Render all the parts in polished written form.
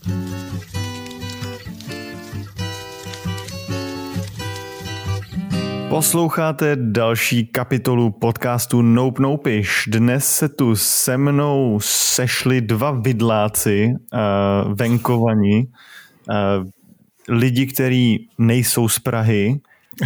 Posloucháte další kapitolu podcastu Nope Nopish. Dnes se tu se mnou sešli dva vidláci, venkovaní, lidi, kteří nejsou z Prahy.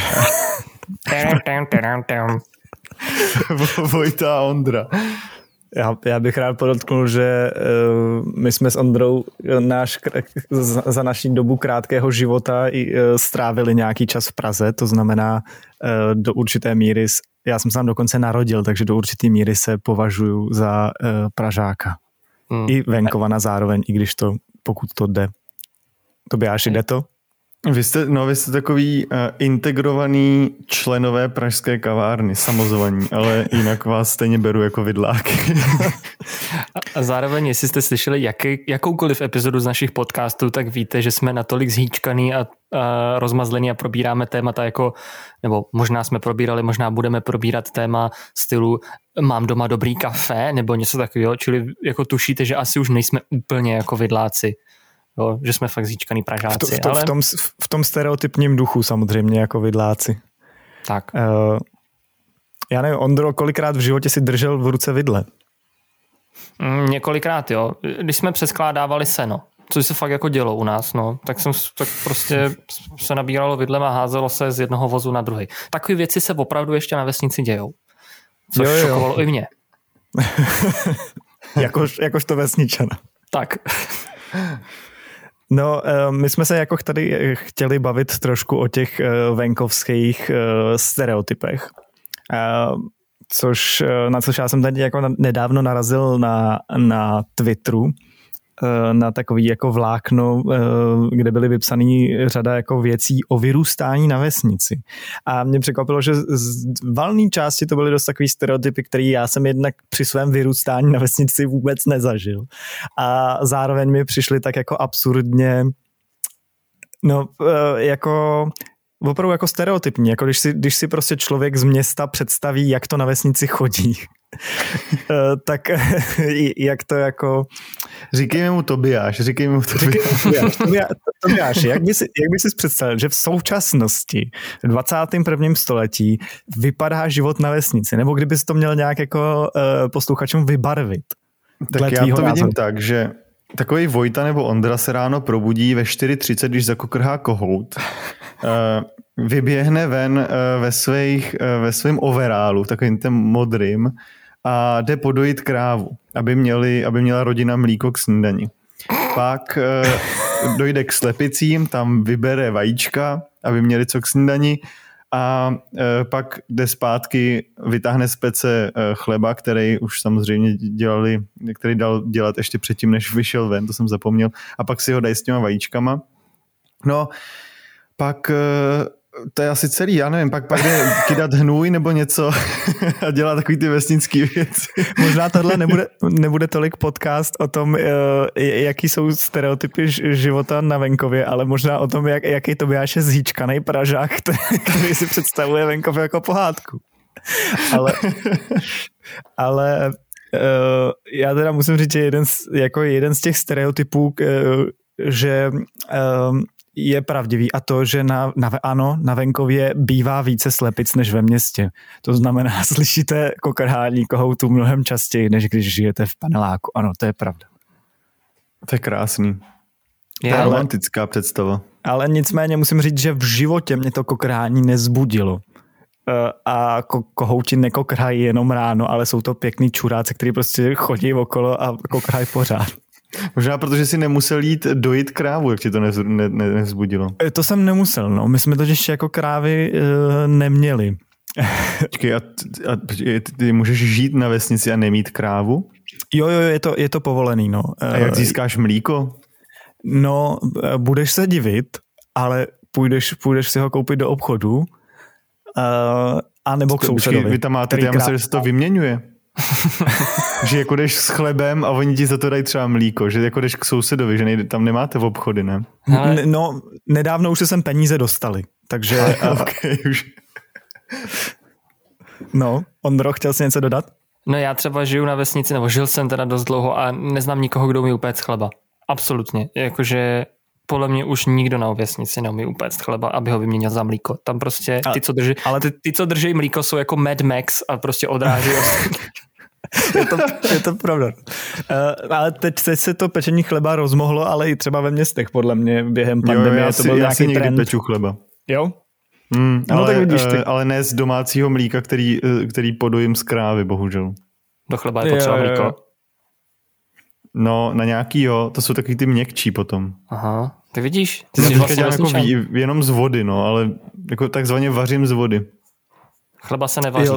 Vojta a Ondra. Já bych rád podotknul, že my jsme s Ondrou za naší dobu krátkého života strávili nějaký čas v Praze, to znamená do určité míry, já jsem se tam dokonce narodil, takže do určité míry se považuji za Pražáka. I venkovana zároveň, i když to, pokud to jde. Tobiáši, jde to? Vy jste takový integrovaný členové pražské kavárny, samozvaní, ale jinak vás stejně beru jako vidláky. A zároveň, jestli jste slyšeli jakoukoliv epizodu z našich podcastů, tak víte, že jsme natolik zhýčkaný a rozmazlený a probíráme témata jako, nebo možná jsme probírali, možná budeme probírat téma stylu mám doma dobrý kafe, nebo něco takového, čili jako tušíte, že asi už nejsme úplně jako vidláci. Jo, že jsme fakt zíčkaný Pražáci. V tom stereotypním duchu samozřejmě jako vidláci. Tak. Já nevím, Ondro, kolikrát v životě si držel v ruce vidle? Několikrát, jo. Když jsme přeskládávali seno, což se fakt jako dělo u nás, no, tak prostě se nabíralo vidlem a házelo se z jednoho vozu na druhý. Takové věci se opravdu ještě na vesnici dějou. Což šokovalo i mě. Jakož to vesničana. Tak. No, my jsme se jako tady chtěli bavit trošku o těch venkovských stereotypech, na což já jsem tady jako nedávno narazil na Twitteru, na takový jako vlákno, kde byly vypsaný řada jako věcí o vyrůstání na vesnici. A mě překvapilo, že z valné části to byly dost takový stereotypy, který já jsem jednak při svém vyrůstání na vesnici vůbec nezažil. A zároveň mi přišly tak jako absurdně, no jako opravdu jako stereotypní, jako když si prostě člověk z města představí, jak to na vesnici chodí. Tak jak to jako... Říkejme mu Tobiáš. Tobiáš, jak by si představil, že v současnosti v 21. století vypadá život na vesnici? Nebo kdybys to měl nějak jako posluchačům vybarvit? Tak já to vidím tak, že takový Vojta nebo Ondra se ráno probudí ve 4:30, když zakokrhá kohout. Vyběhne ven ve svém overálu, takovým tím modrým, a jde podojit krávu, aby měla rodina mlíko k snídani. Pak dojde k slepicím, tam vybere vajíčka, aby měli co k snídani, a pak jde zpátky, vytáhne z pece chleba, který už samozřejmě který dal dělat ještě předtím, než vyšel ven, to jsem zapomněl, a pak si ho dají s těma vajíčkama. No, pak to je asi celý, já nevím, pak jde kydat hnůj nebo něco a dělá takový ty vesnický věci. Možná tohle nebude tolik podcast o tom, jaký jsou stereotypy života na venkově, ale možná o tom, jaký Tobiáš je zhýčkanej Pražák, který si představuje venkov jako pohádku. Ale já teda musím říct, že jeden z těch stereotypů, že je pravdivý, a to, že na venkově bývá více slepic než ve městě. To znamená, slyšíte kokrhání kohoutu mnohem častěji, než když žijete v paneláku. Ano, to je pravda. To je krásný. To je romantická představa. Ale nicméně musím říct, že v životě mě to kokrhání nezbudilo. A kohouti nekokrhají jenom ráno, ale jsou to pěkný čuráci, kteří prostě chodí okolo a kokrhají pořád. Možná protože si nemusel jít dojít krávu, jak ti to nevzbudilo. To jsem nemusel, no. My jsme totiž jako krávy neměli. Počkej, a ty můžeš žít na vesnici a nemít krávu? Jo, je to povolený, no. A jak získáš mlíko? No, budeš se divit, ale půjdeš si ho koupit do obchodu, a nebo k sousedovi. Vy tam máte, já myslím, že se to vyměňuje. Že jako jdeš s chlebem a oni ti za to dají třeba mlíko, že jako jdeš k sousedovi, že tam nemáte v obchody, ne? No, nedávno už se sem peníze dostali, takže... Okay, už. No, Ondro, chtěl jsi něco dodat? No já třeba žiju na vesnici, nebo žil jsem teda dost dlouho a neznám nikoho, kdo umí upéct chleba. absolutně. Jakože podle mě už nikdo na vesnici neumí upéct chleba, aby ho vyměnil za mlíko. Tam prostě ty, co drží mlíko, jsou jako Mad Max a prostě odráží Je to pravda. Ale teď se to pečení chleba rozmohlo, ale i třeba ve městech, podle mě, během pandemie. To byl nějaký trend. Peču chleba. Jo? No tak vidíš ty. Ale ne z domácího mlíka, který podojím z krávy, bohužel. Do chleba je potřeba mlíko? No, na nějaký to jsou takový ty měkčí potom. Aha, ty vidíš? Ty jsi vlastně jako jenom z vody, no, ale jako takzvaně vařím z vody. Chleba se nevaří.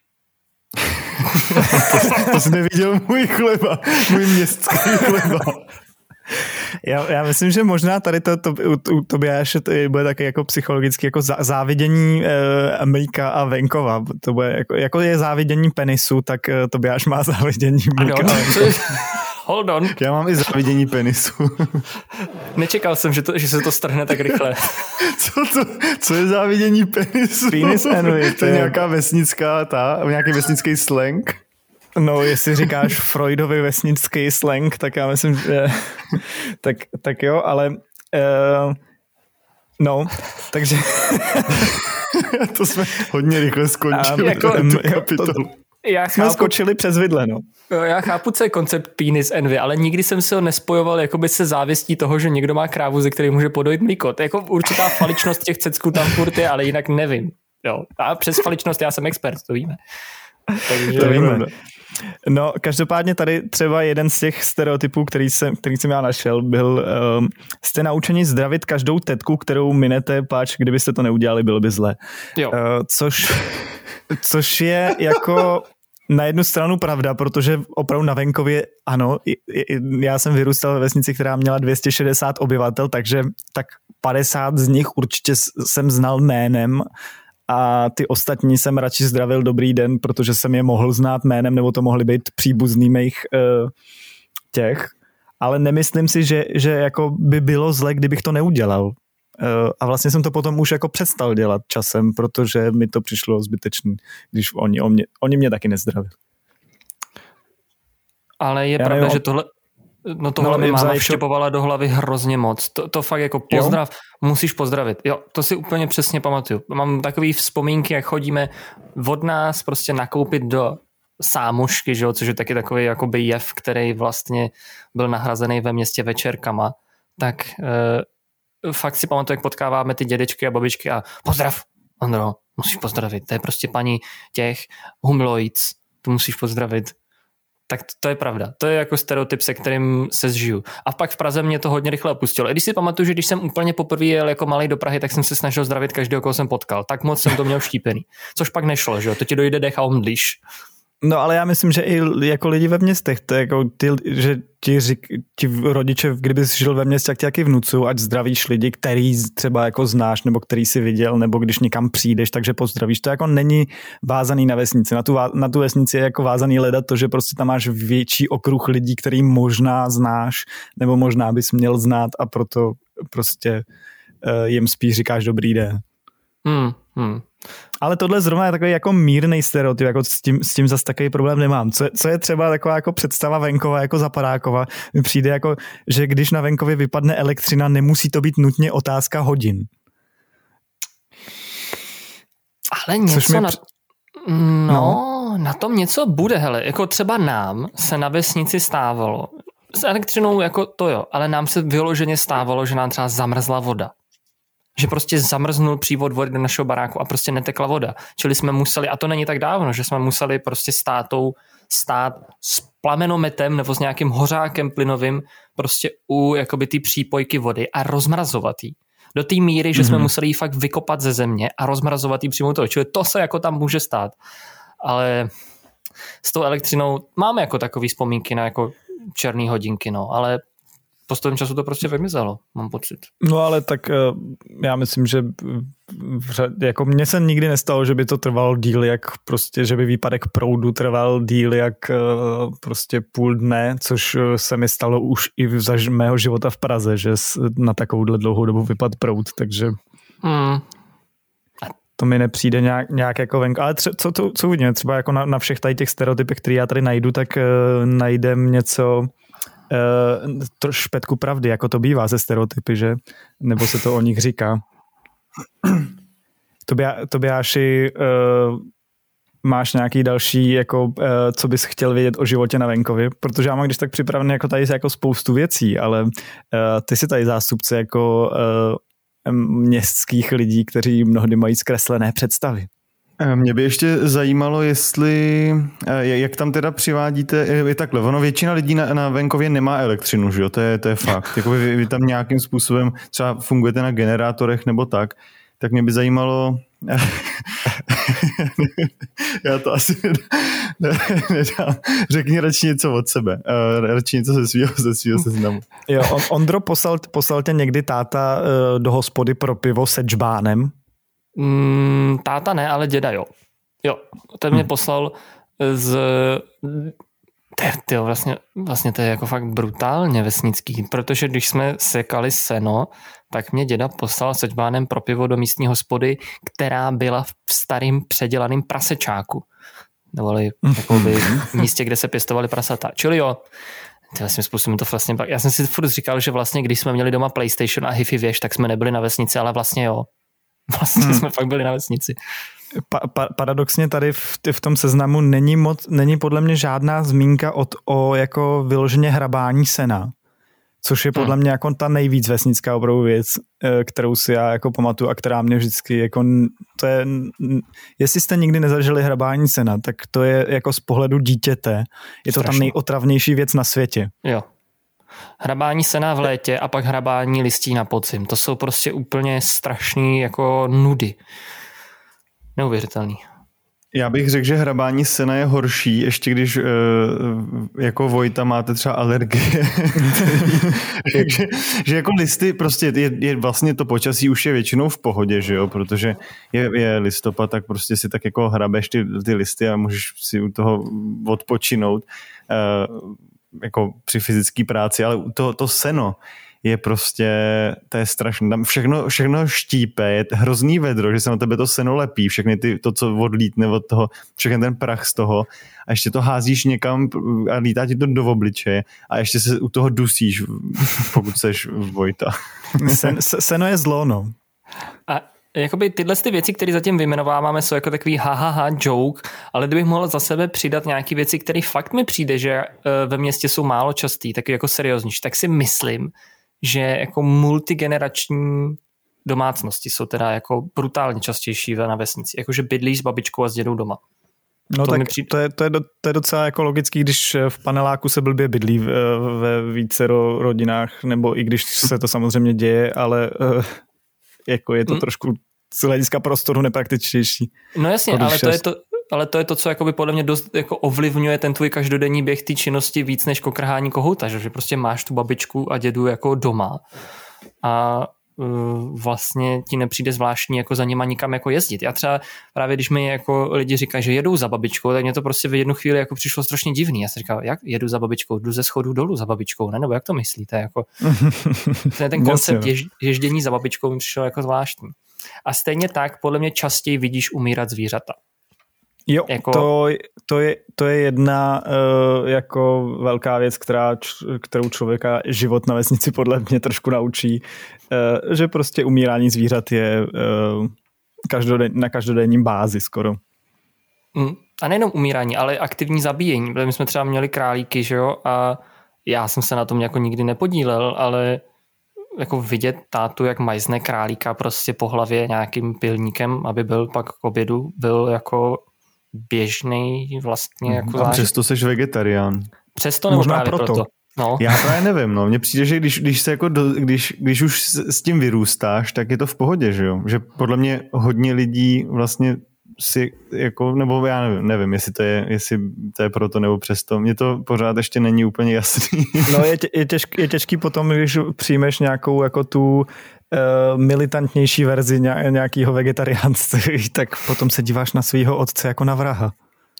To jsi neviděl můj chleba, můj městský chleba. Já myslím, že možná tady u Tobiáše to bude také jako psychologicky jako závidění mlíka a venkova. To bude jako je závidění penisu, tak Tobiáš má závidění mlíka. Ano, hold on. Já mám i závidění penisu. Nečekal jsem, že se to strhne tak rychle. Co je závidění penisu? Penis envy. To je nějaká vesnická nějaký vesnický slang? No, jestli říkáš Freudový vesnický slang, tak já myslím, že tak jo, ale no, takže to jsme hodně rychle skončili. Jsme skočili přes vidle, no. Já chápu, co je koncept penis envy, ale nikdy jsem se ho nespojoval jakoby se závistí toho, že někdo má krávu, ze které může podojit mlíko. To je jako určitá faličnost těch cecků tam furt je, ale jinak nevím. Jo. A přes faličnost já jsem expert, to víme. Takže to víme. No, každopádně tady třeba jeden z těch stereotypů, který jsem já našel, byl jste naučeni zdravit každou tetku, kterou minete, páč, kdybyste to neudělali, bylo by zle. Jo. Což je jako na jednu stranu pravda, protože opravdu na venkově, ano, já jsem vyrůstal ve vesnici, která měla 260 obyvatel, takže tak 50 z nich určitě jsem znal jménem a ty ostatní jsem radši zdravil dobrý den, protože jsem je mohl znát jménem, nebo to mohly být příbuzný mých těch. Ale nemyslím si, že jako by bylo zle, kdybych to neudělal. A vlastně jsem to potom už jako přestal dělat časem, protože mi to přišlo zbytečný, když oni mě taky nezdravili. Ale je pravda, že tohle mi máma vštěpovala do hlavy hrozně moc. To fakt jako pozdrav, musíš pozdravit. Jo, to si úplně přesně pamatuju. Mám takový vzpomínky, jak chodíme od nás prostě nakoupit do sámošky, že jo, což je taky takový jakoby jev, který vlastně byl nahrazený ve městě večerkama. Tak fakt si pamatuju, jak potkáváme ty dědečky a babičky a pozdrav, Ondro, musíš pozdravit. To je prostě paní těch Humloic, tu musíš pozdravit. Tak to je pravda. To je jako stereotyp, se kterým se zžiju. A pak v Praze mě to hodně rychle opustilo. I když si pamatuju, že když jsem úplně poprvé jel jako malej do Prahy, tak jsem se snažil zdravit každého, koho jsem potkal. Tak moc jsem to měl vštípený. Což pak nešlo, že jo? To ti dojde dech a omdlíš. No ale já myslím, že i jako lidi ve městech, to je jako že ti rodiče, kdyby jsi žil ve městě, tak ti taky vnucují, ať zdravíš lidi, který třeba jako znáš, nebo který si viděl, nebo když někam přijdeš, takže pozdravíš. To jako není vázaný na vesnici. Na tu vesnici je jako vázaný hledat to, že prostě tam máš větší okruh lidí, který možná znáš, nebo možná bys měl znát a proto prostě jim spíš říkáš dobrý den. Ale tohle zrovna je takový jako mírnej stereotyp, jako s tím zase takový problém nemám. Co je třeba taková jako představa venkova, jako zapadákova, mi přijde jako, že když na venkově vypadne elektřina, nemusí to být nutně otázka hodin. Ale něco na tom něco bude, hele, jako třeba nám se na vesnici stávalo, s elektřinou jako to jo, ale nám se vyloženě stávalo, že nám třeba zamrzla voda. Že prostě zamrznul přívod vody do našeho baráku a prostě netekla voda. Čili jsme museli, a to není tak dávno, že jsme museli prostě stát s plamenometem nebo s nějakým hořákem plynovým prostě u jakoby ty přípojky vody a rozmrazovat jí. Do té míry, že jsme museli ji fakt vykopat ze země a rozmrazovat jí přímo toho. Čili to se jako tam může stát. Ale s tou elektřinou máme jako takový vzpomínky na jako černý hodinky, no, ale postupem času to prostě vymizelo, mám pocit. No ale tak já myslím, že jako mně se nikdy nestalo, že by to trvalo díl, jak prostě, že by výpadek proudu trval díl, jak prostě půl dne, což se mi stalo už i za mého života v Praze, že na takovouhle dlouhou dobu vypad proud, takže to mi nepřijde nějak jako venku. Ale co uvidíme, třeba jako na všech tady těch stereotypech, které já tady najdu, tak najdem něco špetku pravdy, jako to bývá ze stereotypy, že? Nebo se to o nich říká. Tobiáši, máš nějaký další, jako, co bys chtěl vědět o životě na venkově? Protože já mám když tak připravený jako tady jako spoustu věcí, ale ty jsi tady zástupce jako městských lidí, kteří mnohdy mají zkreslené představy. Mě by ještě zajímalo, jestli, jak tam teda přivádíte, je takhle, ono většina lidí na venkově nemá elektřinu, že jo, to je fakt. Jakoby vy tam nějakým způsobem třeba fungujete na generátorech nebo tak mě by zajímalo, já to asi nedám. Řekni radši něco od sebe, radši něco ze svýho seznamu. Jo, Ondro, poslal tě někdy táta do hospody pro pivo se džbánem? Táta ne, ale děda jo. Jo, ten mě poslal vlastně to je jako fakt brutálně vesnický, protože když jsme sekali seno, tak mě děda poslal se džbánem pro pivo do místní hospody, která byla v starým předělaným prasečáku. Neboli jakoby v místě, kde se pěstovali prasata. Čili jo, svým způsobem to vlastně... Já jsem si furt říkal, že vlastně, když jsme měli doma PlayStation a hi-fi věž, tak jsme nebyli na vesnici, ale vlastně jo. Vlastně jsme fakt byli na vesnici. Paradoxně tady v tom seznamu není podle mě žádná zmínka o jako vyloženě hrabání sena, což je podle mě jako ta nejvíc vesnická opravdu věc, kterou si já jako pamatuju a která mě vždycky jako to je, jestli jste nikdy nezažili hrabání sena, tak to je jako z pohledu dítěte, je to tam nejotravnější věc na světě. Jo. Hrabání sena v létě a pak hrabání listí na podzim. To jsou prostě úplně strašný jako nudy. Neuvěřitelný. Já bych řekl, že hrabání sena je horší, ještě když jako Vojta máte třeba alergie. že jako listy prostě je vlastně to počasí už je většinou v pohodě, že jo, protože je listopad, tak prostě si tak jako hrabeš ty listy a můžeš si u toho odpočinout jako při fyzické práci, ale to seno je prostě, to je strašné. Tam všechno štípe, je hrozný vedro, že se na tebe to seno lepí, všechny to, co odlítne od toho, všechny ten prach z toho a ještě to házíš někam a lítá ti to do obličeje a ještě se u toho dusíš, pokud seš Vojta. Seno je zlo, no. A jakoby tyhle ty věci, které zatím vyjmenováváme, jsou jako takový joke, ale kdybych mohl za sebe přidat nějaké věci, které fakt mi přijde, že ve městě jsou málo častý, taky jako serióznější, tak si myslím, že jako multigenerační domácnosti jsou teda jako brutálně častější na vesnici. Jakože bydlí s babičkou a s dědou doma. No to tak to je docela jako logický, když v paneláku se blbě bydlí ve vícero rodinách, nebo i když se to samozřejmě děje, ale jako je to trošku z hlediska prostoru nepraktičtější. No jasně, ale to je to, co jakoby podle mě dost jako ovlivňuje ten tvůj každodenní běh té činnosti víc než kokrhání kohouta, že prostě máš tu babičku a dědu jako doma a vlastně ti nepřijde zvláštní jako za nima nikam jako jezdit. Já třeba právě, když mi jako lidi říkají, že jedou za babičkou, tak mě to prostě v jednu chvíli jako přišlo strašně divný. Já si říkal, jak jedu za babičkou? Jdu ze schodů dolů za babičkou, ne? Nebo jak to myslíte? Jako, ten koncept ježdění za babičkou mi přišel jako zvláštní. A stejně tak podle mě častěji vidíš umírat zvířata. Jo, jako... to je jedna jako velká věc, kterou člověka život na vesnici podle mě trošku naučí, že prostě umírání zvířat je na každodenním bázi skoro. A nejenom umírání, ale aktivní zabíjení. My jsme třeba měli králíky, že jo, a já jsem se na tom jako nikdy nepodílel, ale jako vidět tátu, jak majzne králíka prostě po hlavě nějakým pilníkem, aby byl pak k obědu, byl jako běžný vlastně. Jako a přesto seš vegetarián. Přesto nebo právě proto? No. Já právě nevím, no. Mně přijde, že když se jako když už s tím vyrůstáš, tak je to v pohodě, že jo? Že podle mě hodně lidí vlastně si jako, nebo já nevím, jestli to je proto nebo přesto. Mně to pořád ještě není úplně jasný. No je těžký potom, když přijmeš nějakou jako tu militantnější verzi nějakého vegetariánství, tak potom se díváš na svýho otce jako na vraha.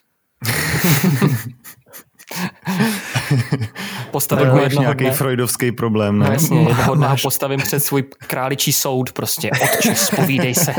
Postavím nějaký freudovský problém. Ne? No jasně, jednoho dne postavím před svůj králičí soud prostě. Otče, zpovídej se.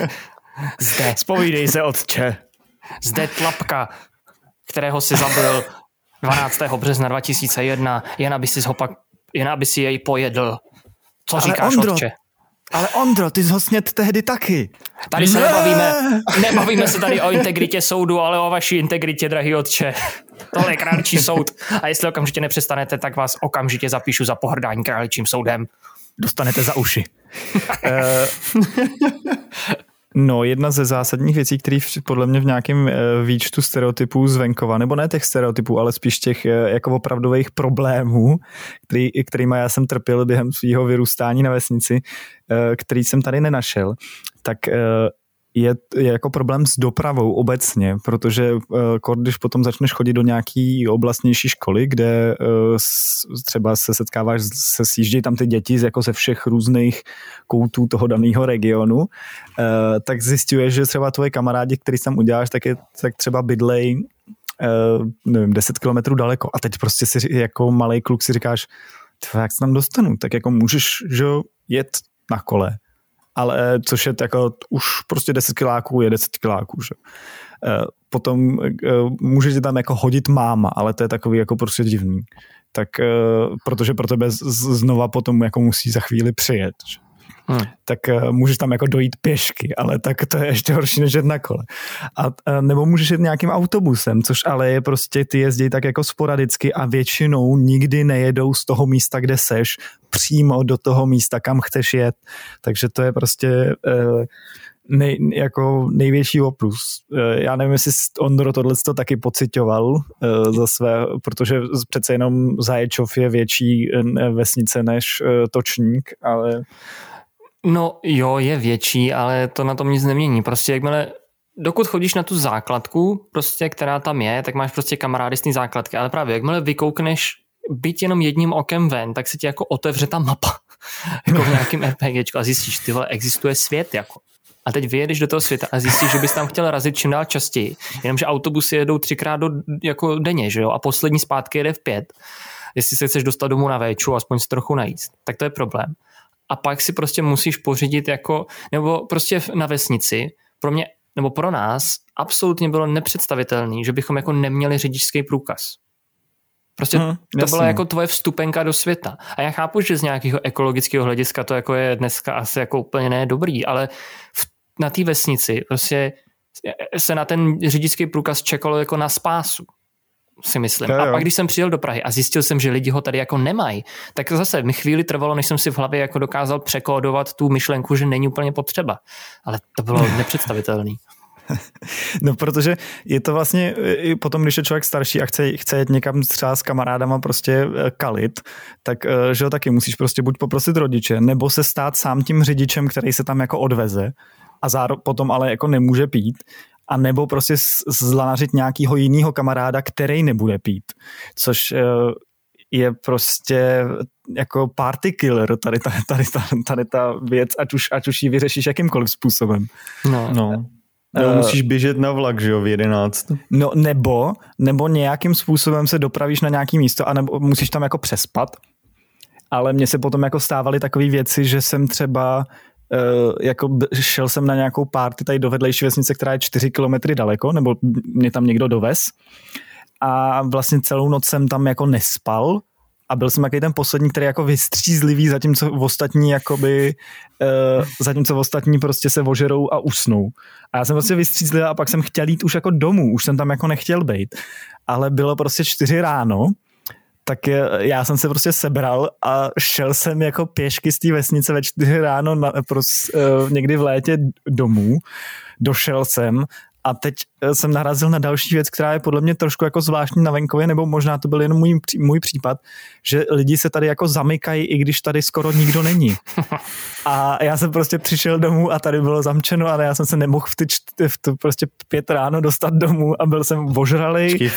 Zde. Zpovídej se, otče. Zde tlapka, kterého si zabil 12. března 2001, jen aby si jej pojedl. Co ale říkáš, Ondro, otče? Ale Ondro, ty jsi ho sněd tehdy taky. Tady se nebavíme se tady o integritě soudu, ale o vaší integritě, drahý otče. Tohle je králičí soud. A jestli okamžitě nepřestanete, tak vás okamžitě zapíšu za pohrdání králičím soudem. Dostanete za uši. No, jedna ze zásadních věcí, které podle mě v nějakém výčtu stereotypů z venkova, nebo ne těch stereotypů, ale spíš těch jako opravdových problémů, kterýma já jsem trpěl během svého vyrůstání na vesnici, který jsem tady nenašel, tak je jako problém s dopravou obecně, protože když potom začneš chodit do nějaký oblastnější školy, kde třeba se setkáváš, se sjíždějí tam ty děti jako ze všech různých koutů toho daného regionu, tak zjišťuješ, že třeba tvoje kamarádi, který tam uděláš, tak třeba bydlej nevím, 10 kilometrů daleko a teď prostě si jako malej kluk si říkáš, jak se tam dostanu, tak jako můžeš, že jet na kole. Ale což je jako už prostě 10 kiláků je 10 kiláků, že? Potom můžete tam jako hodit máma, ale to je takový jako prostě divný. Tak protože pro tebe znova potom jako musí za chvíli přijet. Že? Tak můžeš tam jako dojít pěšky, ale tak to je ještě horší než jet na kole. A nebo můžeš jet nějakým autobusem, což ale je prostě ty jezdí tak jako sporadicky a většinou nikdy nejedou z toho místa, kde seš, přímo do toho místa, kam chceš jet. Takže to je prostě jako největší oprus. Já nevím, jestli Ondro tohleto taky pocitoval za své, protože přece jenom Zaječov je větší vesnice než Točník, ale no jo, je větší, ale to na tom nic nemění. Prostě jakmile, dokud chodíš na tu základku, prostě, která tam je, tak máš prostě kamarády z té základky, ale právě jakmile vykoukneš byť jenom jedním okem ven, tak se ti jako otevře ta mapa, jako v nějakém RPGčku a zjistíš, tyhle, existuje svět, jako. A teď vyjedeš do toho světa a zjistíš, že bys tam chtěl razit čím dál častěji, jenomže autobusy jedou 3x jako denně, že jo, a poslední zpátky jede v 5. Jestli se chceš dostat domů na véču, aspoň si trochu najíst, tak to je problém. A pak si prostě musíš pořídit jako, nebo prostě na vesnici, pro mě, nebo pro nás, absolutně bylo nepředstavitelné, že bychom jako neměli řidičský průkaz. Prostě to byla jako tvoje vstupenka do světa. A já chápu, že z nějakého ekologického hlediska to jako je dneska asi jako úplně ne dobrý, ale na té vesnici prostě se na ten řidičský průkaz čekalo jako na spásu, si myslím. A pak když jsem přijel do Prahy a zjistil jsem, že lidi ho tady jako nemají, tak zase mi chvíli trvalo, než jsem si v hlavě jako dokázal překódovat tu myšlenku, že není úplně potřeba. Ale to bylo nepředstavitelné. No, protože je to vlastně potom, když je člověk starší a chce jet někam třeba s kamarádama prostě kalit, tak že ho taky musíš prostě buď poprosit rodiče, nebo se stát sám tím řidičem, který se tam jako odveze a potom ale jako nemůže pít, a nebo prostě zlanařit nějakýho jinýho kamaráda, který nebude pít, což je prostě jako party killer tady ta věc, ať už ji vyřešíš jakýmkoliv způsobem. No. No, musíš běžet na vlak, že jo, v 11. No, nebo nějakým způsobem se dopravíš na nějaký místo, anebo musíš tam jako přespat. Ale mně se potom jako stávaly takové věci, že jsem třeba jako šel jsem na nějakou party tady do vedlejší vesnice, která je 4 kilometry daleko, nebo mě tam někdo dovez. A vlastně celou noc jsem tam jako nespal a byl jsem takový ten poslední, který jako vystřízlivý, zatímco ostatní prostě se ožerou a usnou. A já jsem prostě vystřízlivý a pak jsem chtěl jít už jako domů, už jsem tam jako nechtěl bejt. Ale bylo prostě 4 ráno, tak já jsem se prostě sebral a šel jsem jako pěšky z té vesnice ve 4 ráno někdy v létě domů. Došel jsem a teď jsem narazil na další věc, která je podle mě trošku jako zvláštní na venkově, nebo možná to byl jenom můj případ, že lidi se tady jako zamykají, i když tady skoro nikdo není. A já jsem prostě přišel domů a tady bylo zamčeno, ale já jsem se nemohl v to prostě 5 ráno dostat domů a byl jsem ožralej.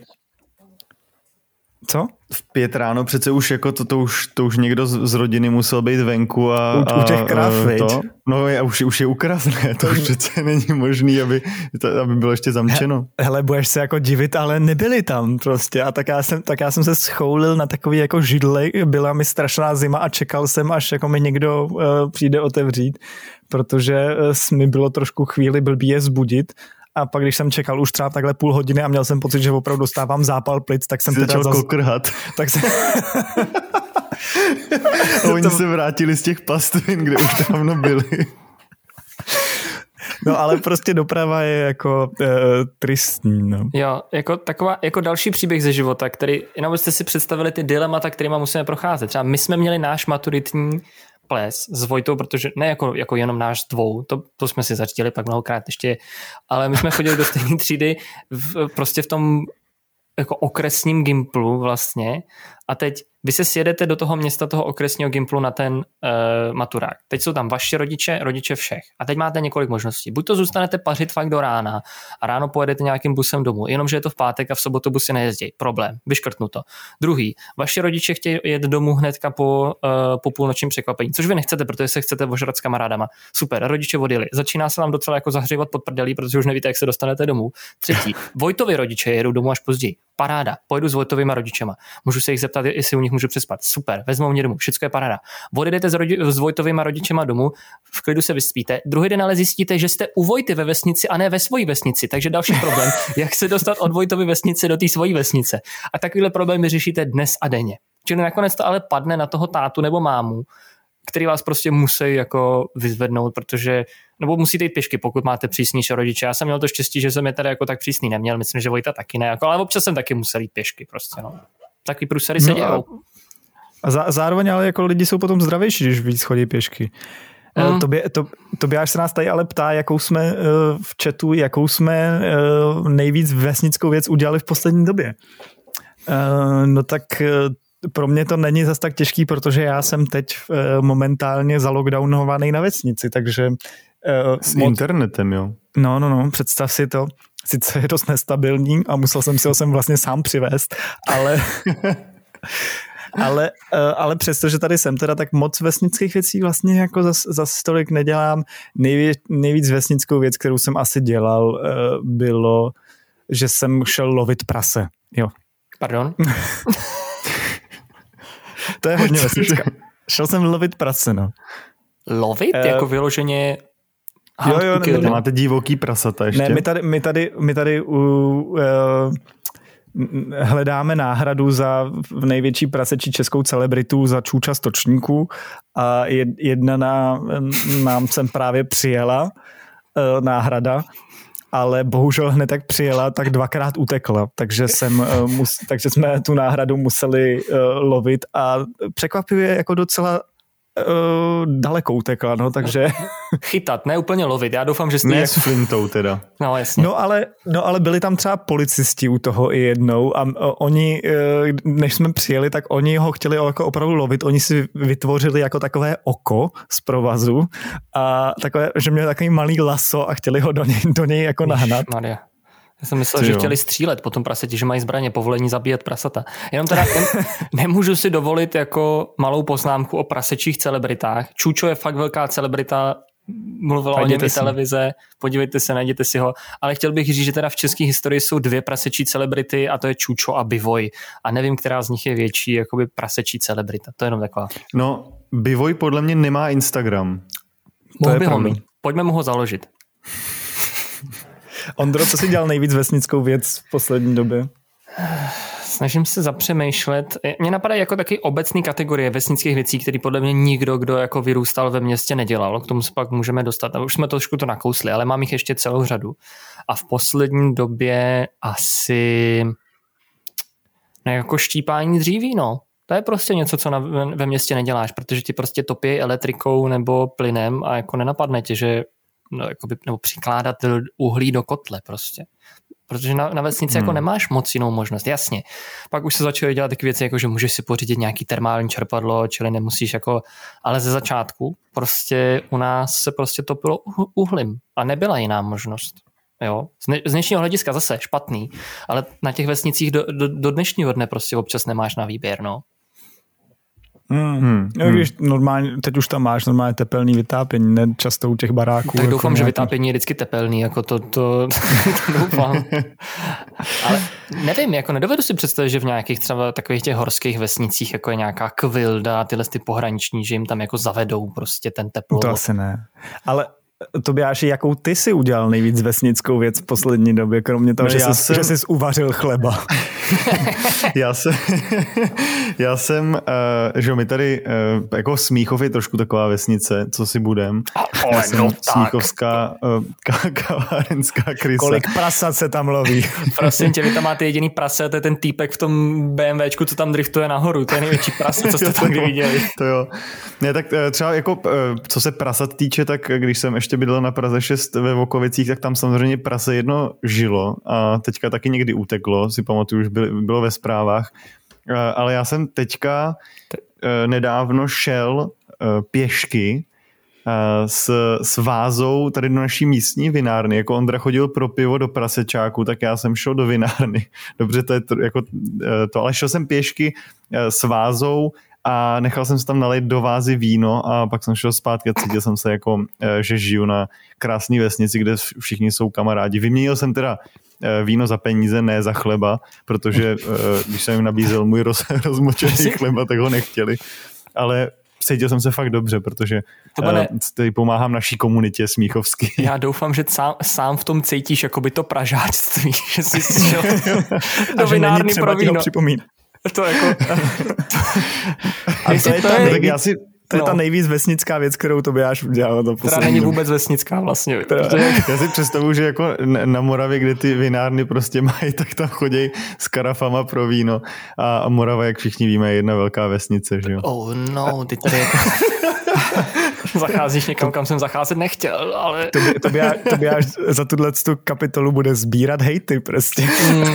Co? V 5 ráno přece už jako to už někdo z rodiny musel být venku a u těch krav, to. No už je ukrazné, to už přece není možný, aby bylo ještě zamčeno. Hele, budeš se jako divit, ale nebyli tam prostě a tak já jsem se schoulil na takový jako židli, byla mi strašná zima a čekal jsem, až jako mi někdo přijde otevřít, protože mi bylo trošku chvíli blbý je zbudit. a pak když jsem čekal už třeba takhle půl hodiny a měl jsem pocit, že opravdu dostávám zápal plic, tak jsem začal kokrhat. Tak se... Oni se vrátili z těch pastvin, kde už dávno byli. No ale prostě doprava je jako tristní. No. Jo, jako další příběh ze života, který, jenom byste si představili ty dilemata, kterýma musíme procházet. Třeba my jsme měli náš maturitní ples s Vojtou, protože ne jako jenom náš dvou, to jsme si zařídili pak mnohokrát ještě, ale my jsme chodili do stejné třídy prostě v tom jako okresním gimplu vlastně a teď vy se sjedete do toho města toho okresního gimplu na ten maturák. Teď jsou tam vaši rodiče všech. A teď máte několik možností. Buď to zůstanete pařit fakt do rána a ráno pojedete nějakým busem domů, jenomže je to v pátek a v sobotu busy nejezdí. Problém, vyškrtnuto. Druhý, vaši rodiče chtějí jet domů hnedka po půlnočním překvapení, což vy nechcete, protože se chcete ožrat s kamarádama. Super, rodiče odjeli. Začíná se vám docela jako zahřívat pod prdelí, protože už nevíte, jak se dostanete domů. Třetí, Vojtovi rodiče jedou domů až později. Paráda, pojedu s Vojtovýma rodičema. Můžu se jich zeptat, jestli u nich můžu přespat. Super, vezmou mě domů, všechno je paráda. Odjedete s Vojtovýma rodičema domů, v klidu se vyspíte. Druhý den ale zjistíte, že jste u Vojty ve vesnici a ne ve svojí vesnici. Takže další problém, jak se dostat od Vojtovy vesnice do té svojí vesnice. A takovýhle problémy řešíte dnes a denně. Čili nakonec to ale padne na toho tátu nebo mámu, který vás prostě musí jako vyzvednout, protože nebo musíte jít pěšky, pokud máte přísnější rodiče. Já jsem měl to štěstí, že jsem je tady jako tak přísný neměl, myslím, že Vojta taky ne, jako, ale občas jsem taky musel jít pěšky prostě, no. Takový průsery se dějou. A zároveň ale jako lidi jsou potom zdravější, když víc chodí pěšky. Tobě až se nás tady ale ptá, jakou jsme v chatu, jakou jsme nejvíc vesnickou věc udělali v poslední době. No tak pro mě to není zas tak těžký, protože já jsem teď momentálně zalockdownovaný na vesnici, takže... S internetem, jo? No, představ si to. Sice je dost nestabilní a musel jsem si ho sem vlastně sám přivést, ale přesto, že tady jsem teda, tak moc vesnických věcí vlastně jako zas tolik nedělám. Nejvíc vesnickou věc, kterou jsem asi dělal, bylo, že jsem šel lovit prase. Jo. Pardon? To je hodně vesnická. Šel jsem lovit prase, no. Lovit? Jako vyloženě... Jo, máte divoký prasata ještě. Ne, my tady hledáme náhradu za největší prasečí českou celebritu za Čůča Stočníků a jedna nám sem právě přijela náhrada, ale bohužel hned tak přijela, tak dvakrát utekla, takže jsme tu náhradu museli lovit a překvapivě jako docela daleko utekla, no, takže... Chytat, ne úplně lovit, já doufám, že jste... Ne s flintou teda. No, jasně. No, ale byli tam třeba policisti u toho i jednou a oni, než jsme přijeli, tak oni ho chtěli jako opravdu lovit, oni si vytvořili jako takové oko z provazu a takové, že měli takový malý laso a chtěli ho do něj jako nahnat. Maria. Já jsem myslel, že chtěli střílet po tom praseti, že mají zbraně, povolení zabíjet prasata. Jenom teda nemůžu si dovolit jako malou poznámku o prasečích celebritách. Čůčo je fakt velká celebrita, mluvila o něm i televize, podívejte se, najděte si ho. Ale chtěl bych říct, že teda v české historii jsou dvě prasečí celebrity a to je Čůčo a Bivoj. A nevím, která z nich je větší jakoby prasečí celebrita. To je jenom taková. No, Bivoj podle mě nemá Instagram. Mohl by ho mít. Pojďme mu ho založit. Ondro, co jsi dělal nejvíc vesnickou věc v poslední době? Snažím se zapřemýšlet. Mně napadají jako taky obecný kategorie vesnických věcí, které podle mě nikdo, kdo jako vyrůstal ve městě, nedělal. K tomu se pak můžeme dostat. A už jsme trošku to nakousli, ale mám jich ještě celou řadu. A v poslední době asi jako štípání dříví, no. To je prostě něco, co ve městě neděláš, protože ti prostě topí elektrikou nebo plynem a jako nenapadne tě, že nebo přikládat uhlí do kotle prostě. Protože na vesnici jako nemáš moc jinou možnost, jasně. Pak už se začaly dělat takové věci, jako že můžeš si pořídit nějaký termální čerpadlo, čili nemusíš jako, ale ze začátku prostě u nás se prostě topilo uhlím a nebyla jiná možnost. Jo? Z dnešního hlediska zase špatný, ale na těch vesnicích do dnešního dne prostě občas nemáš na výběr, no. Když normálně, teď už tam máš normálně tepelný vytápění, ne často u těch baráků. Tak jako doufám, že vytápění je vždycky tepelný, jako to doufám. Ale nevím, jako nedovedu si představit, že v nějakých třeba takových těch horských vesnicích, jako je nějaká Kvilda, tyhle ty pohraniční, že jim tam jako zavedou prostě ten teplo. To asi ne. Ale Tobiáši, jakou ty si udělal nejvíc vesnickou věc v poslední době, kromě toho, že jsi uvařil chleba? já jsem, že my tady, jako Smíchov je trošku taková vesnice, co si budem. Já jsem smíchovská kavárenská krysa. Kolik prasat se tam loví? Prosím tě, vy tam máte jediný prase, to je ten týpek v tom BMWčku, co tam driftuje nahoru, to je největší prase, co jste tam kdy viděli. To jo. Ne, tak třeba jako, co se prasat týče, tak když jsem ještě bydlel na Praze 6 ve Vokovicích, tak tam samozřejmě prase jedno žilo a teďka taky někdy uteklo, si pamatuju, už bylo ve zprávách. Ale já jsem teďka nedávno šel pěšky s vázou tady do naší místní vinárny. Jako Ondra chodil pro pivo do prasečáku, tak já jsem šel do vinárny. Dobře, to je jako to, ale šel jsem pěšky s vázou a nechal jsem se tam nalejt do vázy víno a pak jsem šel zpátky a cítil jsem se jako, že žiju na krásné vesnici, kde všichni jsou kamarádi. Vyměnil jsem teda víno za peníze, ne za chleba, protože když jsem jim nabízel můj rozmočený chleba, tak ho nechtěli. Ale cítil jsem se fakt dobře, protože tady pomáhám naší komunitě smíchovský. Já doufám, že sám v tom cítíš jakoby to pražáctví, že jsi šel do vinárny pro víno. To jako... To je ta nejvíc vesnická věc, kterou Tobiáš udělal. Která není vůbec vesnická vlastně. Já si představuju, že jako na Moravě, kde ty vinárny prostě mají, tak tam chodí s karafama pro víno a Morava, jak všichni víme, je jedna velká vesnice, že jo? Oh no, ty tady jako... Zacházíš někam, kam jsem zacházet nechtěl, ale... Tobiáš za tuto kapitolu bude sbírat hejty prostě.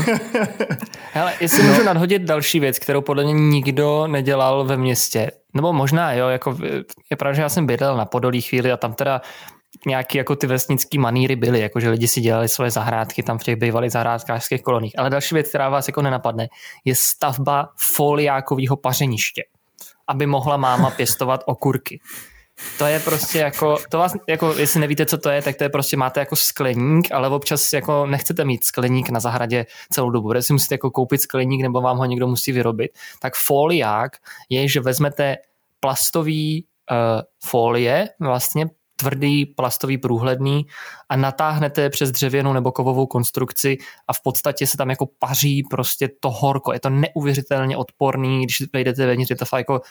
Hele, jestli můžu nadhodit další věc, kterou podle mě nikdo nedělal ve městě, nebo možná, jo, jako je pravda, že já jsem bydlel na Podolí chvíli a tam teda nějaký jako ty vesnický maníry byly, jako že lidi si dělali svoje zahrádky tam v těch bývalých zahrádkářských koloních. Ale další věc, která vás jako nenapadne, je stavba foliákového pařeniště, aby mohla máma pěstovat okurky. To je prostě jako, to vás, jako, jestli nevíte, co to je, tak to je prostě, máte jako skleník, ale občas jako nechcete mít skleník na zahradě celou dobu, protože si musíte jako koupit skleník, nebo vám ho někdo musí vyrobit. Tak foliák je, že vezmete plastový folie, vlastně tvrdý, plastový, průhledný a natáhnete je přes dřevěnou nebo kovovou konstrukci a v podstatě se tam jako paří prostě to horko. Je to neuvěřitelně odporný, když vejdete vevnitř, je to fakt jako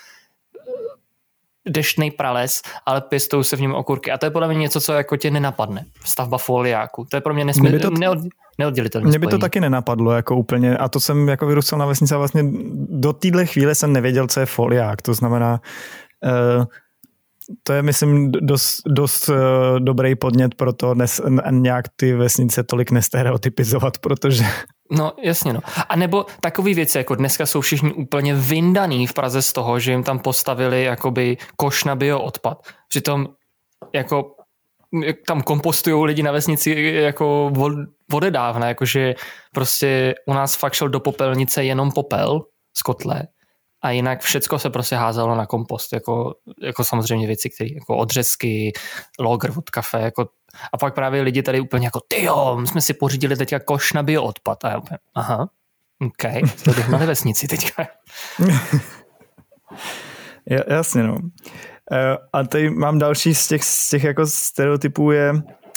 deštnej prales, ale pěstou se v něm okurky. A to je podle mě něco, co jako tě nenapadne. Stavba foliáku. To je pro mě neoddělitelné. Mně by to taky nenapadlo jako úplně. A to jsem jako vyrůstal na vesnici a vlastně do téhle chvíle jsem nevěděl, co je foliák. To znamená, to je, myslím, dost dobrý podnět pro to nějak ty vesnice tolik nestereotypizovat, protože... No, jasně, no. A nebo takový věci, jako dneska jsou všichni úplně vyndaný v Praze z toho, že jim tam postavili jakoby koš na bioodpad. Přitom jako tam kompostujou lidi na vesnici jako odedávna, jakože prostě u nás fakt šel do popelnice jenom popel z kotle a jinak všecko se prostě házelo na kompost, jako samozřejmě věci, které jako odřezky, logr od kafe, jako a pak právě lidi tady úplně jako tyjo, my jsme si pořídili teďka koš na bioodpad a já úplně, aha, ok, to bych na vesnici teďka. Jasně, no. A tady mám další z těch jako stereotypů je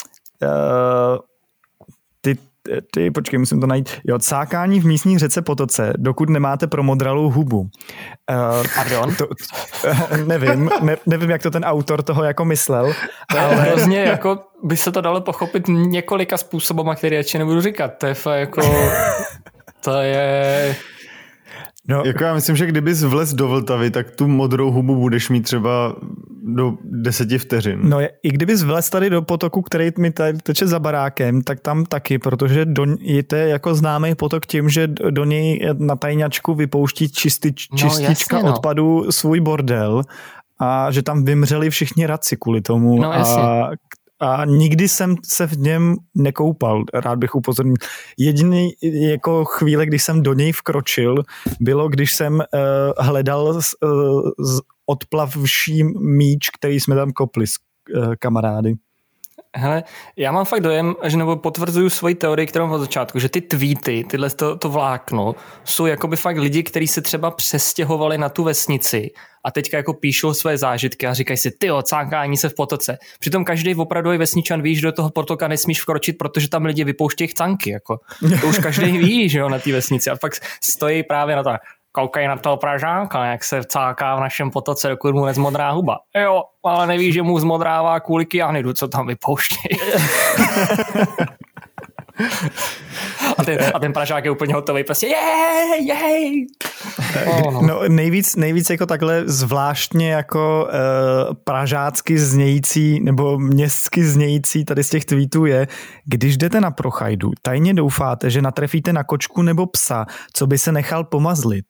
počkej, musím to najít. Jo, cákání v místní řece potoce, dokud nemáte promodralou hubu. Pardon? Nevím, jak to ten autor toho jako myslel. Ale hrozně jako by se to dalo pochopit několika způsobama, které ještě nebudu říkat. To je fakt jako... To je... No, jako já myslím, že kdybys vlez do Vltavy, tak tu modrou hubu budeš mít třeba do 10 vteřin. No i kdybys vlez tady do potoku, který mi tady teče za barákem, tak tam taky, protože to je jako známý potok tím, že do něj na tajňačku vypouští čistička odpadu svůj bordel a že tam vymřeli všichni radci kvůli tomu. No, a nikdy jsem se v něm nekoupal, rád bych upozornil. Jediný jako chvíle, když jsem do něj vkročil, bylo, když jsem hledal odplavší míč, který jsme tam kopli s kamarády. Hele, já mám fakt dojem, že nebo potvrzuju svoji teorii, kterou mám od začátku, že ty tweety, to vlákno, jsou jakoby fakt lidi, kteří se třeba přestěhovali na tu vesnici a teďka jako píšou své zážitky a říkají si, tyjo, cákání se v potoce. Přitom každý opravdový vesničan ví, že do toho potoka nesmíš vkročit, protože tam lidi vypouštějí chcanky. Jako. To už každý ví, že jo, na té vesnici. A pak stojí právě na to, koukej na toho Pražáka, jak se cáká v našem potoce, dokud mu nezmodrá huba. Jo, ale neví, že mu zmodrává kvůli kyanidu, co tam vypouštějí. A ten Pražák je úplně hotový, prostě jej. No, nejvíc jako takhle zvláštně jako pražácky znějící nebo městsky znějící tady z těch tweetů je, když jdete na prochajdu, tajně doufáte, že natrefíte na kočku nebo psa, co by se nechal pomazlit.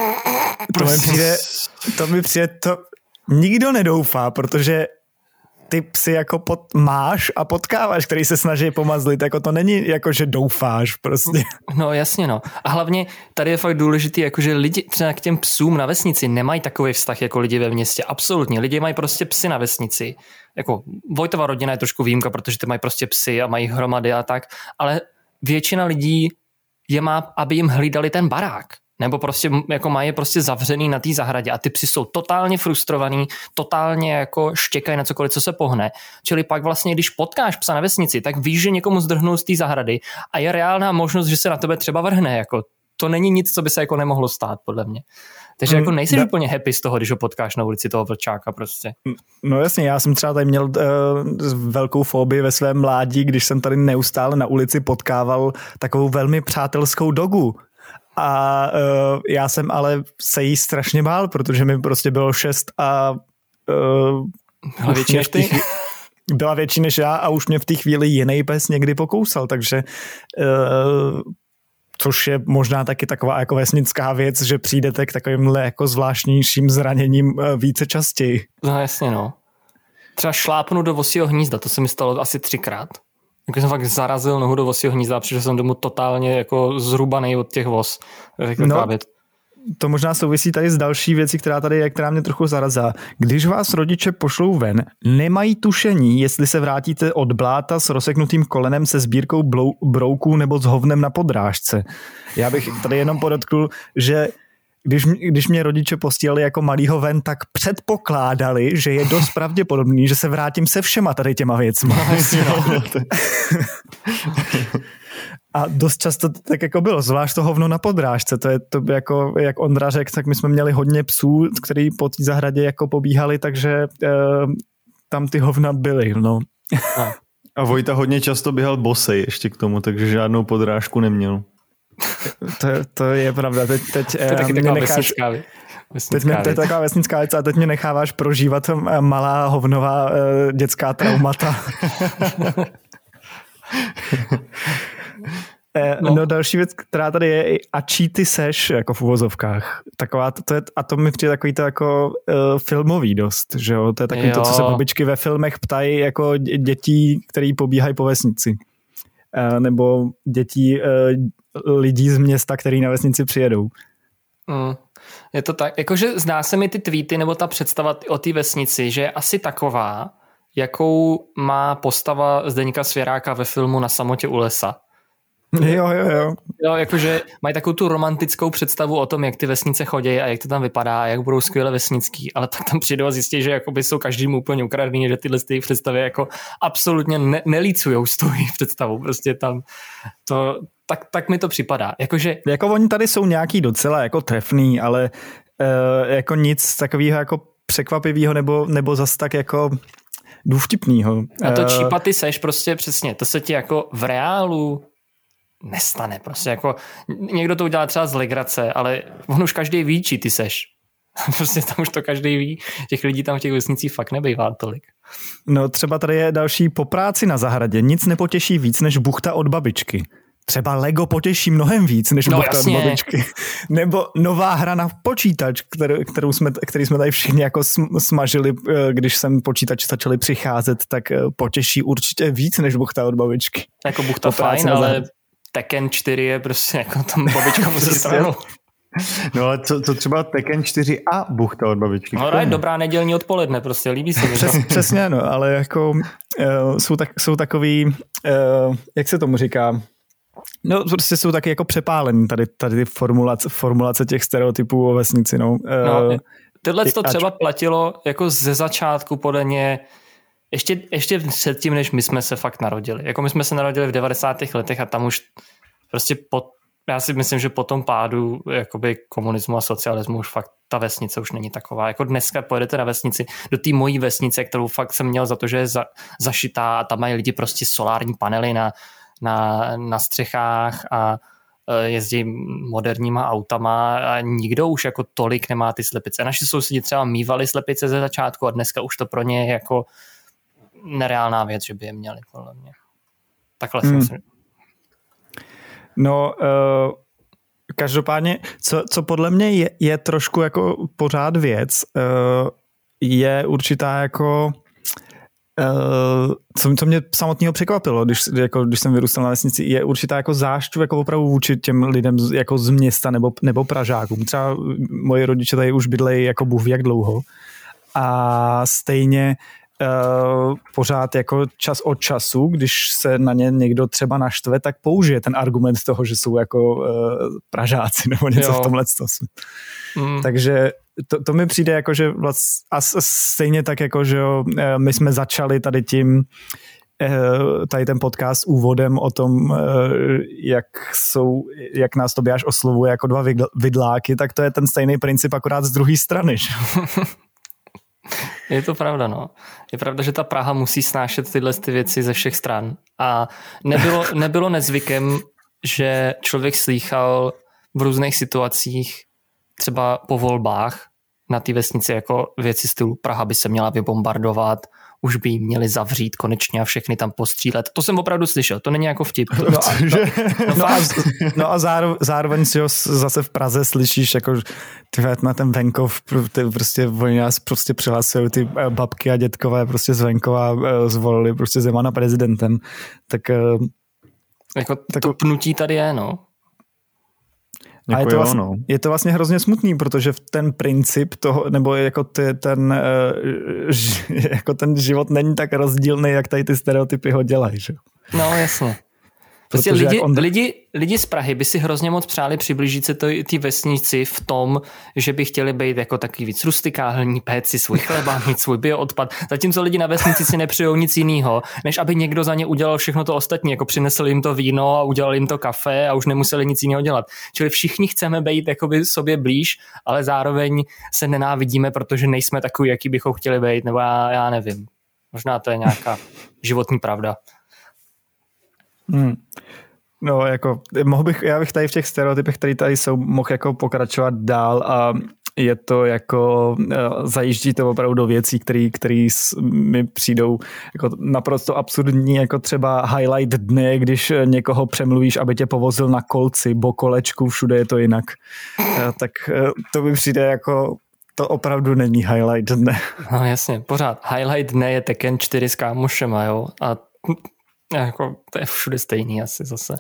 To mi přijde, to nikdo nedoufá, protože ty psy jako máš a potkáváš, který se snaží pomazlit, jako to není jako, že doufáš prostě. No jasně no. A hlavně tady je fakt důležitý, jakože lidi třeba k těm psům na vesnici nemají takový vztah jako lidi ve městě. Absolutně. Lidi mají prostě psy na vesnici. Jako Vojtova rodina je trošku výjimka, protože ty mají prostě psy a mají hromady a tak, ale většina lidí je má, aby jim hlídali ten barák. Nebo prostě jako mají prostě zavřený na té zahradě a ty psi jsou totálně frustrovaný, totálně jako štěkají na cokoliv, co se pohne. Čili pak vlastně, když potkáš psa na vesnici, tak víš, že někomu zdrhnul z té zahrady a je reálná možnost, že se na tebe třeba vrhne. Jako, to není nic, co by se jako nemohlo stát, podle mě. Takže jako nejsi úplně happy z toho, když ho potkáš na ulici toho vlčáka prostě. No jasně, já jsem třeba tady měl velkou fobii ve svém mládí, když jsem tady neustále na ulici potkával takovou velmi přátelskou dogu. A já jsem ale se jí strašně bál, protože mi prostě bylo 6 a byla větší než ty? Byla větší než já a už mě v té chvíli jiný pes někdy pokousal, takže což je možná taky taková jako vesnická věc, že přijdete k takovýmhle jako zvláštnějším zraněním více častěji. No jasně no. Třeba šlápnu do vosího hnízda, to se mi stalo asi 3krát. Jako jsem fakt zarazil nohu do vosího hnízda a přišel jsem domů totálně jako zrubanej od těch vos. No, to možná souvisí tady s další věcí, která mě trochu zarazila. Když vás rodiče pošlou ven, nemají tušení, jestli se vrátíte od bláta s rozseknutým kolenem se sbírkou brouků nebo s hovnem na podrážce. Já bych tady jenom podotkl, že když mě rodiče posílali jako malýho ven, tak předpokládali, že je dost pravděpodobný, že se vrátím se všema tady těma věcma. A dost často tak jako bylo, zvlášť to hovno na podrážce. To jako, jak Ondra řekl, tak my jsme měli hodně psů, který po té zahradě jako pobíhali, takže tam ty hovna byly. No. A Vojta hodně často běhal bosej ještě k tomu, takže žádnou podrážku neměl. To je pravda. Teď to je taky taková vesnická věc. To je taková vesnická věc a teď mě necháváš prožívat malá hovnová dětská traumata. No další věc, která tady je, a čí ty seš, jako v uvozovkách. Taková, to mi přijde takový to jako filmový dost, že jo? To je takový to, co se babičky ve filmech ptají jako dětí, který pobíhají po vesnici. Nebo dětí lidí z města, který na vesnici přijedou. Je to tak, jakože zdá se mi ty tweety nebo ta představa o té vesnici, že je asi taková, jakou má postava Zdeňka Svěráka ve filmu Na samotě u lesa. Jo. Jo, jakože mají takovou tu romantickou představu o tom, jak ty vesnice chodí a jak to tam vypadá a jak budou skvěle vesnický, ale tak tam přijdou a zjistí, že jakoby jsou každému úplně ukradený, že tyhle ty představy jako absolutně nelícujou s tou představou. Prostě tam to, tak mi to připadá. Jakože... Jako oni tady jsou nějaký docela jako trefný, ale jako nic takového jako překvapivého nebo zas tak jako důvtipnýho. A to čípa ty seš prostě přesně, to se ti jako v reálu nestane. Prostě jako někdo to udělá třeba z legrace, ale on už každý ví, čí ty seš. Prostě tam už to každý ví. Těch lidí tam v těch vesnicích fakt nebývá tolik. No třeba tady je další po práci na zahradě. Nic nepotěší víc než buchta od babičky. Třeba Lego potěší mnohem víc než buchta od babičky. Nebo nová hra na počítač, který jsme tady všichni jako smažili, když sem počítači začali přicházet, tak potěší určitě víc než buchta od babičky. Jako buchta fajn, ale Tekken 4 je prostě jako tam babička musí stranou. No ale co třeba Tekken 4 a Buchta od babičky? No dobrá nedělní odpoledne, prostě líbí se mi. Přesně, no, ale jako jsou takový, jak se tomu říká, no prostě jsou taky jako přepálení tady ty formulace těch stereotypů o vesnici, no. Tyhle to třeba platilo jako ze začátku podle mě ještě předtím, než my jsme se fakt narodili. Jako my jsme se narodili v 90. letech a tam už prostě já si myslím, že po tom pádu jakoby komunismu a socialismu už fakt ta vesnice už není taková. Jako dneska pojedete na vesnici, do té mojí vesnice, kterou fakt jsem měl za to, že je zašitá a tam mají lidi prostě solární panely na střechách a jezdí moderníma autama a nikdo už jako tolik nemá ty slepice. Naši sousedi třeba mívali slepice ze začátku a dneska už to pro ně je jako nereálná věc, že by je měli, podle mě. Takhle jsem si... No, každopádně, co podle mě je trošku jako pořád věc, je určitá jako co mě samotného překvapilo, když jsem vyrůstal na vesnici, je určitá jako zášťu jako opravdu vůči těm lidem jako z města nebo Pražákům. Třeba moji rodiče tady už bydlejí jako bůh ví jak dlouho a stejně pořád jako čas od času, když se na ně někdo třeba naštve, tak použije ten argument toho, že jsou jako Pražáci nebo něco v tomhle stosu. Takže to mi přijde jako, že a stejně tak jako, že my jsme začali tady ten podcast úvodem o tom, jak nás Tobiáš oslovuje jako dva vidláky, tak to je ten stejný princip akorát z druhé strany. Že? Je to pravda, no. Je pravda, že ta Praha musí snášet tyhle věci ze všech stran. A nebylo nezvykem, že člověk slýchal v různých situacích, třeba po volbách na té vesnici jako věci stylu Praha by se měla vybombardovat, už by jí měli zavřít konečně a všechny tam postřílet. To jsem opravdu slyšel, to není jako vtip. A zároveň si ho zase v Praze slyšíš, jako na ten venkov, prostě oni nás prostě přihlasují ty babky a dětkové prostě z venkova zvolili prostě Zemana prezidentem. Tak jako to pnutí tady je, no. A je to vlastně hrozně smutný, protože ten princip toho, nebo jako ten život není tak rozdílný, jak tady ty stereotypy ho dělají. Že? No jasně. Prostě lidi z Prahy by si hrozně moc přáli přiblížit se té vesnici v tom, že by chtěli být jako takový víc rustikální, pét si svůj chleba, mít svůj bioodpad. Zatímco lidi na vesnici si nepřejou nic jiného, než aby někdo za ně udělal všechno to ostatní, jako přinesl jim to víno a udělal jim to kafe a už nemuseli nic jiného dělat. Čili všichni chceme být jakoby sobě blíž, ale zároveň se nenávidíme, protože nejsme takový, jaký bychom chtěli být, nebo já nevím. Možná to je nějaká životní pravda. No, jako, já bych tady v těch stereotypech, které tady jsou, mohl jako pokračovat dál a je to jako, zajíždí to opravdu do věcí, které mi přijdou jako naprosto absurdní, jako třeba highlight dne, když někoho přemluvíš, aby tě povozil na kolci, bokolečku, všude je to jinak. Tak to mi přijde jako, to opravdu není highlight dne. No jasně, pořád. Highlight dne je Tekken 4 s kámošema, jo, a jako, to je všude stejný asi zase.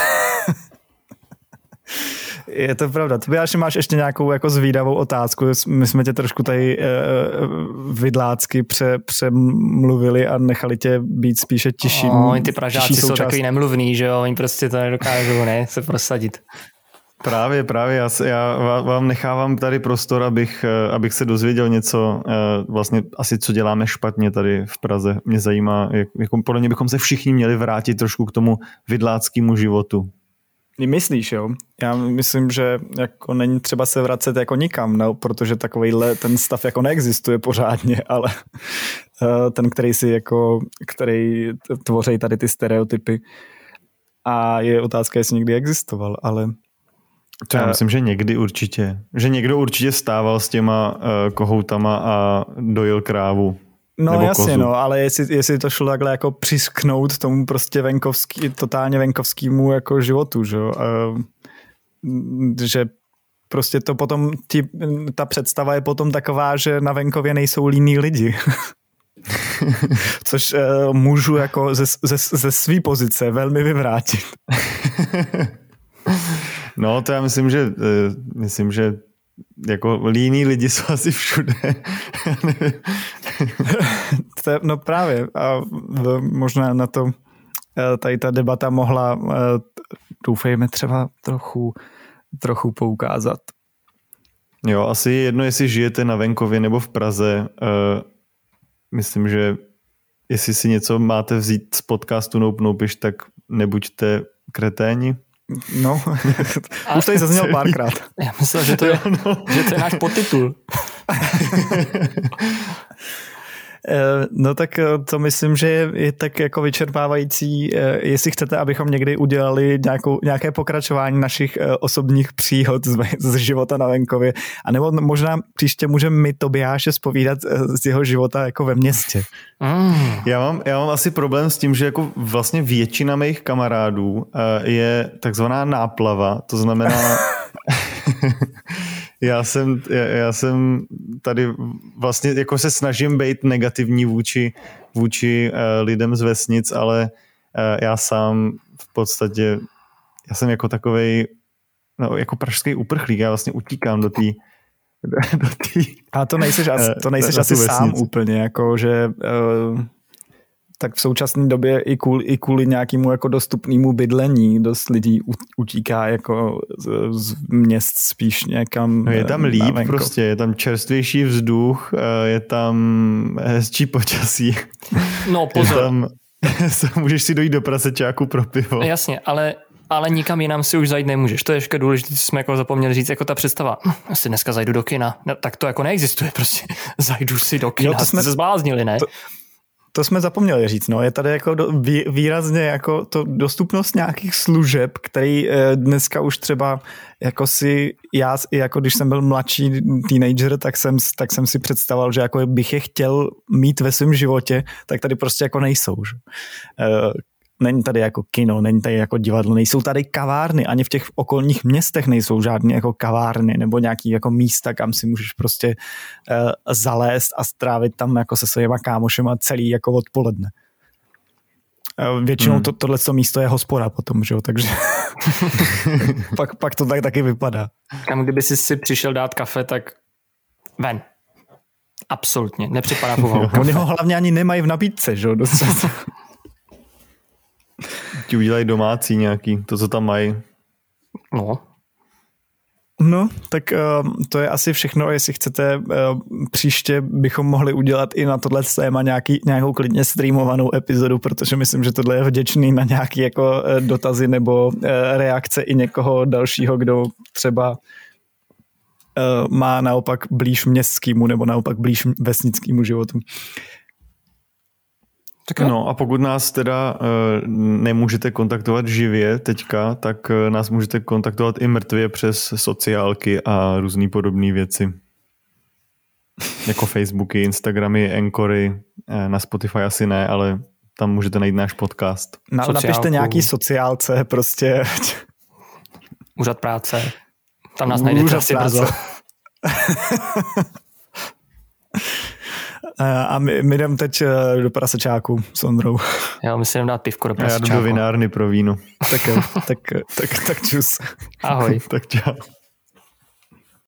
Je to pravda. Tobiáši, máš ještě nějakou jako zvídavou otázku. My jsme tě trošku tady vidlácky přemluvili a nechali tě být spíše tišší. Ty Pražáci jsou takový nemluvný, že jo? Oni prostě to nedokážou, se prosadit. Právě. Já vám nechávám tady prostor, abych se dozvěděl něco, vlastně asi co děláme špatně tady v Praze. Mě zajímá, jako podle mě bychom se všichni měli vrátit trošku k tomu vidláckému životu. Myslíš, jo? Já myslím, že jako není třeba se vracet jako nikam, no, protože takovejhle ten stav jako neexistuje pořádně, ale ten, který tvoří tady ty stereotypy. A je otázka, jestli někdy existoval, ale... To já myslím, že někdy určitě. Že někdo určitě stával s těma kohoutama a dojil krávu. No jasně, kozu. No, ale jestli to šlo takhle jako přisknout tomu prostě totálně venkovskému jako životu, že prostě to potom, ta představa je potom taková, že na venkově nejsou líní lidi. Což můžu jako ze své pozice velmi vyvrátit. No to já myslím, že jako líní lidi jsou asi všude. No právě. A možná na to tady ta debata mohla, doufejme, třeba trochu poukázat. Jo, asi jedno, jestli žijete na venkově nebo v Praze. Myslím, že jestli si něco máte vzít z podcastu Nope Nopiš, tak nebuďte kreténi. No, už tady zazněl párkrát. Já myslím, že to je náš podtitul. No tak to myslím, že je tak jako vyčerpávající. Jestli chcete, abychom někdy udělali nějaké pokračování našich osobních příhod z života na venkově, anebo možná příště můžeme my Tobiáše zpovídat z jeho života jako ve městě. Já mám asi problém s tím, že jako vlastně většina mých kamarádů je takzvaná náplava, to znamená Já jsem tady vlastně jako se snažím být negativní vůči lidem z vesnic, ale já sám v podstatě, já jsem jako takovej, no, jako pražský uprchlík, já vlastně utíkám do té. A to nejseš asi sám úplně, jako že tak v současné době i kvůli nějakému jako dostupnému bydlení dost lidí utíká jako z měst spíš někam. No je tam líp prostě, je tam čerstvější vzduch, je tam hezčí počasí. No pozor. Můžeš si dojít do prasečáku pro pivo. Jasně, ale nikam jinam si už zajít nemůžeš. To je ještě důležité, co jsme jako zapomněli říct, jako ta představa. Asi dneska zajdu do kina. No, tak to jako neexistuje prostě. Zajdu si do kina. To jsme se zbláznili, ne? To jsme zapomněli říct, no. Je tady jako výrazně jako to dostupnost nějakých služeb, který dneska už třeba jako já jako když jsem byl mladší teenager, tak jsem si představoval, že jako bych je chtěl mít ve svém životě, tak tady prostě jako nejsou. Že? Není tady jako kino, není tady jako divadlo, nejsou tady kavárny, ani v těch okolních městech nejsou žádné jako kavárny nebo nějaký jako místa, kam si můžeš prostě zalézt a strávit tam jako se svýma kámošema celý jako odpoledne. Většinou tohleto místo je hospoda potom, že jo, takže pak to tak taky vypadá. Kam kdyby si přišel dát kafe, tak ven. Absolutně, nepřipadá povahu. Oni ho hlavně ani nemají v nabídce, že jo, dost Ti udělají domácí nějaký, to, co tam mají. No, tak to je asi všechno, jestli chcete, příště bychom mohli udělat i na tohle téma nějakou klidně streamovanou epizodu, protože myslím, že tohle je vděčný na nějaké jako dotazy nebo reakce i někoho dalšího, kdo třeba má naopak blíž městskému nebo naopak blíž vesnickému životu. No a pokud nás teda nemůžete kontaktovat živě teďka, tak nás můžete kontaktovat i mrtvě přes sociálky a různý podobné věci. Jako Facebooky, Instagramy, Anchory, na Spotify asi ne, ale tam můžete najít náš podcast. Napište nějaký sociálce, prostě. Úřad práce. Tam nás najdete asi brzo. A my jdem teď do prasečáku s Ondrou. Já my si jdem dát pivko do prasečáku. Já jdu do vinárny pro víno. Tak čus. Ahoj. Tak čau.